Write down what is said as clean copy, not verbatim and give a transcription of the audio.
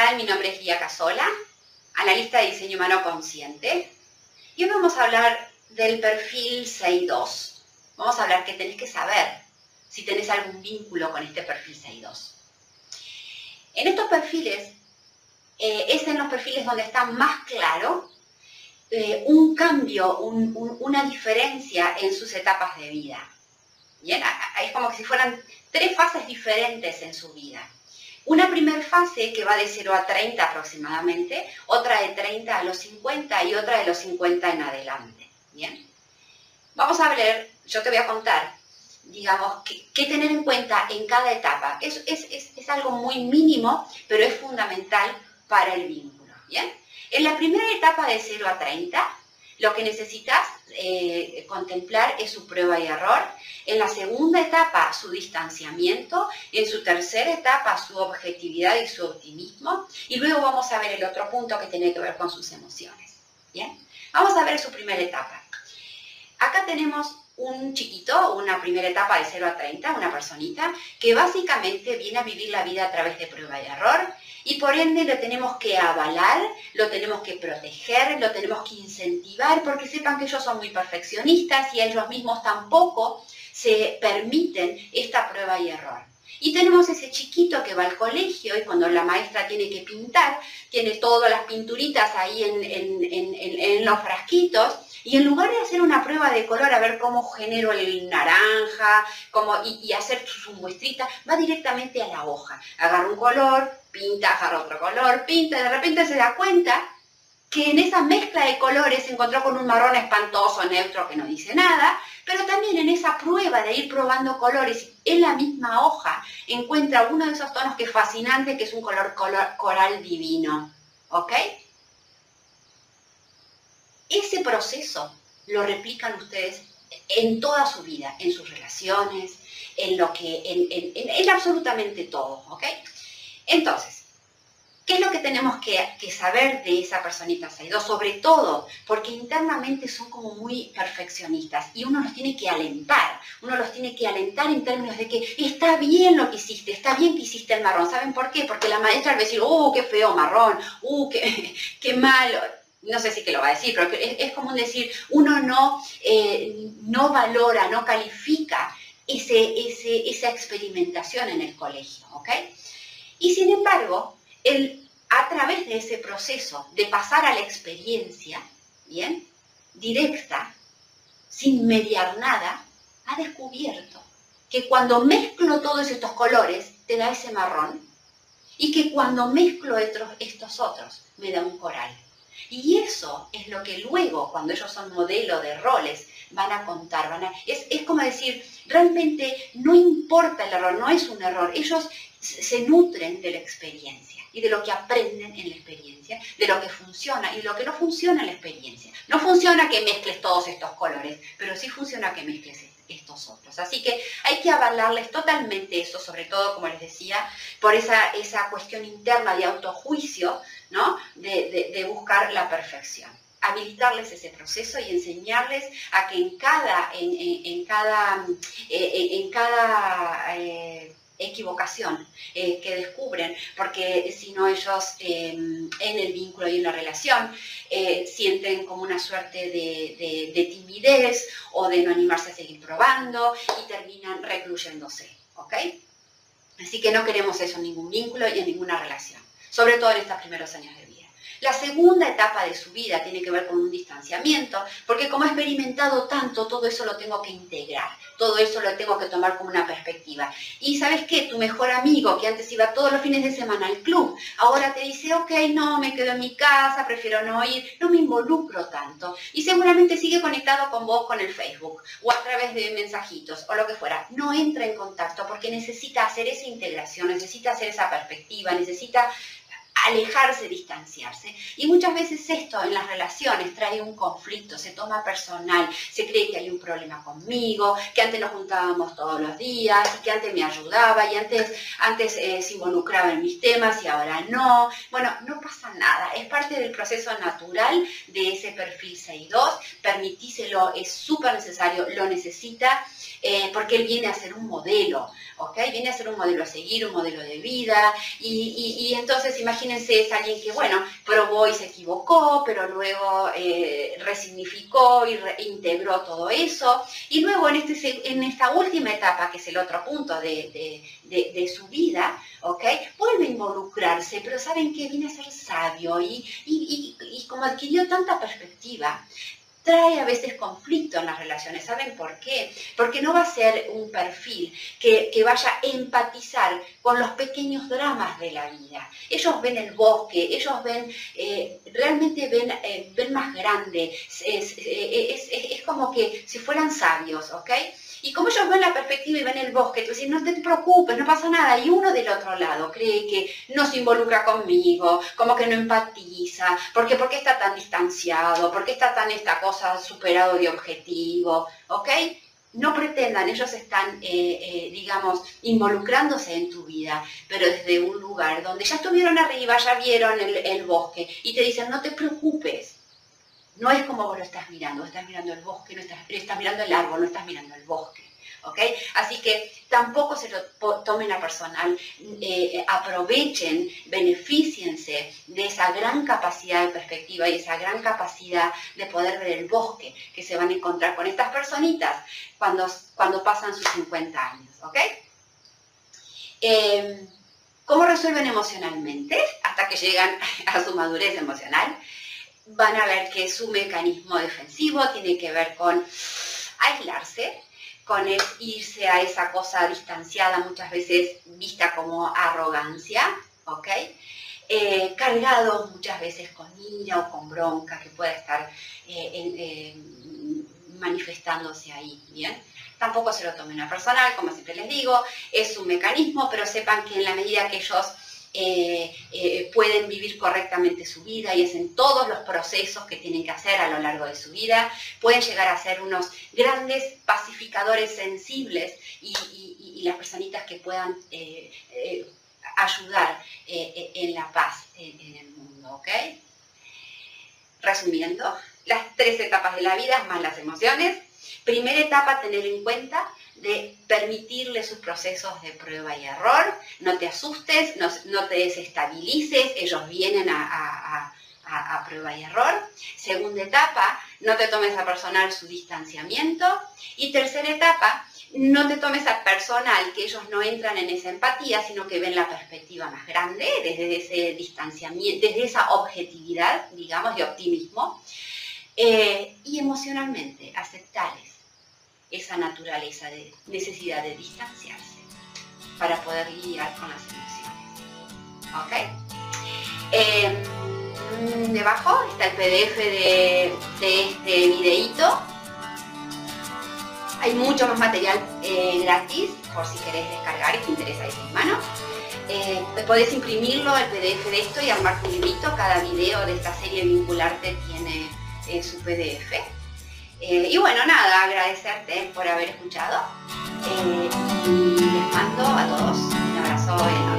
tal? Mi nombre es Lía Casola, analista de diseño humano consciente. Y hoy vamos a hablar del perfil 6.2. Vamos a hablar qué tenés que saber si tenés algún vínculo con este perfil 6.2. En estos perfiles, es en los perfiles donde está más claro un cambio, una diferencia en sus etapas de vida. ¿Bien? Es como que si fueran 3 fases diferentes en su vida. Una primera fase que va de 0 a 30 aproximadamente, otra de 30 a los 50 y otra de los 50 en adelante. ¿Bien? Vamos a ver, yo te voy a contar, digamos, qué tener en cuenta en cada etapa. Es algo muy mínimo, pero es fundamental para el vínculo. ¿Bien? En la primera etapa de 0 a 30, lo que necesitas contemplar es su prueba y error. En la segunda etapa, su distanciamiento. En su tercera etapa, su objetividad y su optimismo. Y luego vamos a ver el otro punto que tiene que ver con sus emociones. ¿Bien? Vamos a ver su primera etapa. Acá tenemos un chiquito, una primera etapa de 0 a 30, una personita, que básicamente viene a vivir la vida a través de prueba y error. Y por ende lo tenemos que avalar, lo tenemos que proteger, lo tenemos que incentivar, porque sepan que ellos son muy perfeccionistas y ellos mismos tampoco se permiten esta prueba y error. Y tenemos ese chiquito que va al colegio y cuando la maestra tiene que pintar, tiene todas las pinturitas ahí en los frasquitos, y en lugar de hacer una prueba de color, a ver cómo genero el naranja, y hacer su muestrita, va directamente a la hoja. Agarra un color, pinta, agarra otro color, pinta, y de repente se da cuenta que en esa mezcla de colores se encontró con un marrón espantoso, neutro, que no dice nada, pero también en esa prueba de ir probando colores en la misma hoja, encuentra uno de esos tonos que es fascinante, que es un color coral divino. ¿Ok? Ese proceso lo replican ustedes en toda su vida, en sus relaciones, en absolutamente todo. ¿Ok? Entonces, ¿qué es lo que tenemos que saber de esa personita 6.2? Sobre todo porque internamente son como muy perfeccionistas y uno los tiene que alentar. Uno los tiene que alentar en términos de que está bien lo que hiciste, está bien que hiciste el marrón. ¿Saben por qué? Porque la maestra va a decir, qué feo marrón, qué malo. No sé si que lo va a decir, pero es como decir, uno no valora, no califica esa experimentación en el colegio. ¿Ok? Y sin embargo, a través de ese proceso de pasar a la experiencia, ¿bien?, directa, sin mediar nada, ha descubierto que cuando mezclo todos estos colores, te da ese marrón, y que cuando mezclo estos otros, me da un coral. Y eso es lo que luego, cuando ellos son modelo de roles, van a contar. Es como decir, realmente no importa el error, no es un error. Ellos se nutren de la experiencia y de lo que aprenden en la experiencia, de lo que funciona y lo que no funciona en la experiencia. No funciona que mezcles todos estos colores, pero sí funciona que mezcles estos otros. Así que hay que avalarles totalmente eso, sobre todo, como les decía, por esa cuestión interna de autojuicio, ¿no?, de buscar la perfección. Habilitarles ese proceso y enseñarles a que en cada equivocación que descubren, porque si no ellos en el vínculo y en la relación sienten como una suerte de timidez o de no animarse a seguir probando y terminan recluyéndose. ¿Ok? Así que no queremos eso en ningún vínculo y en ninguna relación, sobre todo en estos primeros años de vida. La segunda etapa de su vida tiene que ver con un distanciamiento, porque como he experimentado tanto, todo eso lo tengo que integrar, todo eso lo tengo que tomar como una perspectiva. Y ¿sabes qué? Tu mejor amigo, que antes iba todos los fines de semana al club, ahora te dice, ok, no, me quedo en mi casa, prefiero no ir, no me involucro tanto. Y seguramente sigue conectado con vos con el Facebook, o a través de mensajitos, o lo que fuera. No entra en contacto porque necesita hacer esa integración, necesita hacer esa perspectiva, necesita alejarse, distanciarse. Y muchas veces esto en las relaciones trae un conflicto, se toma personal, se cree que hay un problema conmigo, que antes nos juntábamos todos los días, y que antes me ayudaba, y antes se involucraba en mis temas y ahora no. Bueno, no pasa nada, es parte del proceso natural de ese perfil 6.2, permitíselo, es súper necesario, lo necesita, porque él viene a ser un modelo, ¿ok? Viene a ser un modelo a seguir, un modelo de vida, y entonces imagínate imagínense, es alguien que, bueno, probó y se equivocó, pero luego resignificó y integró todo eso. Y luego en esta última etapa, que es el otro punto de su vida, ¿ok? Vuelve a involucrarse, pero saben que viene a ser sabio y como adquirió tanta perspectiva, trae a veces conflicto en las relaciones. ¿Saben por qué? Porque no va a ser un perfil que vaya a empatizar con los pequeños dramas de la vida. Ellos ven el bosque, ellos ven, realmente ven más grande. Es como que si fueran sabios, ¿ok? Y como ellos ven la perspectiva y ven el bosque, tú dices, no te preocupes, no pasa nada. Y uno del otro lado cree que no se involucra conmigo, como que no empatiza, ¿por qué está tan distanciado? ¿Por qué está tan esta cosa superado de objetivo? ¿Ok? No pretendan, ellos están, digamos, involucrándose en tu vida, pero desde un lugar donde ya estuvieron arriba, ya vieron el bosque y te dicen, no te preocupes. No es como vos lo estás mirando el bosque, no estás mirando el árbol, no estás mirando el bosque, ¿ok? Así que tampoco se lo tomen a personal, aprovechen, benefíciense de esa gran capacidad de perspectiva y esa gran capacidad de poder ver el bosque que se van a encontrar con estas personitas cuando pasan sus 50 años, ¿ok? ¿Cómo resuelven emocionalmente? Hasta que llegan a su madurez emocional. Van a ver que su mecanismo defensivo tiene que ver con aislarse, con irse a esa cosa distanciada, muchas veces vista como arrogancia, ¿ok? Cargados muchas veces con ira o con bronca que pueda estar manifestándose ahí, ¿bien? Tampoco se lo tomen a personal, como siempre les digo, es un mecanismo, pero sepan que en la medida que ellos pueden vivir correctamente su vida y hacen todos los procesos que tienen que hacer a lo largo de su vida, pueden llegar a ser unos grandes pacificadores sensibles y las personitas que puedan ayudar en la paz en el mundo, ¿ok? Resumiendo, las 3 etapas de la vida más las emociones. Primera etapa, tener en cuenta de permitirle sus procesos de prueba y error. No te asustes, no te desestabilices, ellos vienen a prueba y error. Segunda etapa, no te tomes a personal su distanciamiento. Y tercera etapa, no te tomes a personal que ellos no entran en esa empatía, sino que ven la perspectiva más grande, desde ese distanciamiento, desde esa objetividad, digamos, de optimismo. Y emocionalmente, aceptarles esa naturaleza de necesidad de distanciarse para poder lidiar con las emociones. ¿Ok? Debajo está el PDF de este videíto. Hay mucho más material gratis por si querés descargar y te interesa de mano. Podés imprimirlo, el PDF de esto, y armar tu librito. Cada video de esta serie Vincularte tiene su PDF. Y bueno, nada, agradecerte por haber escuchado y les mando a todos un abrazo enorme.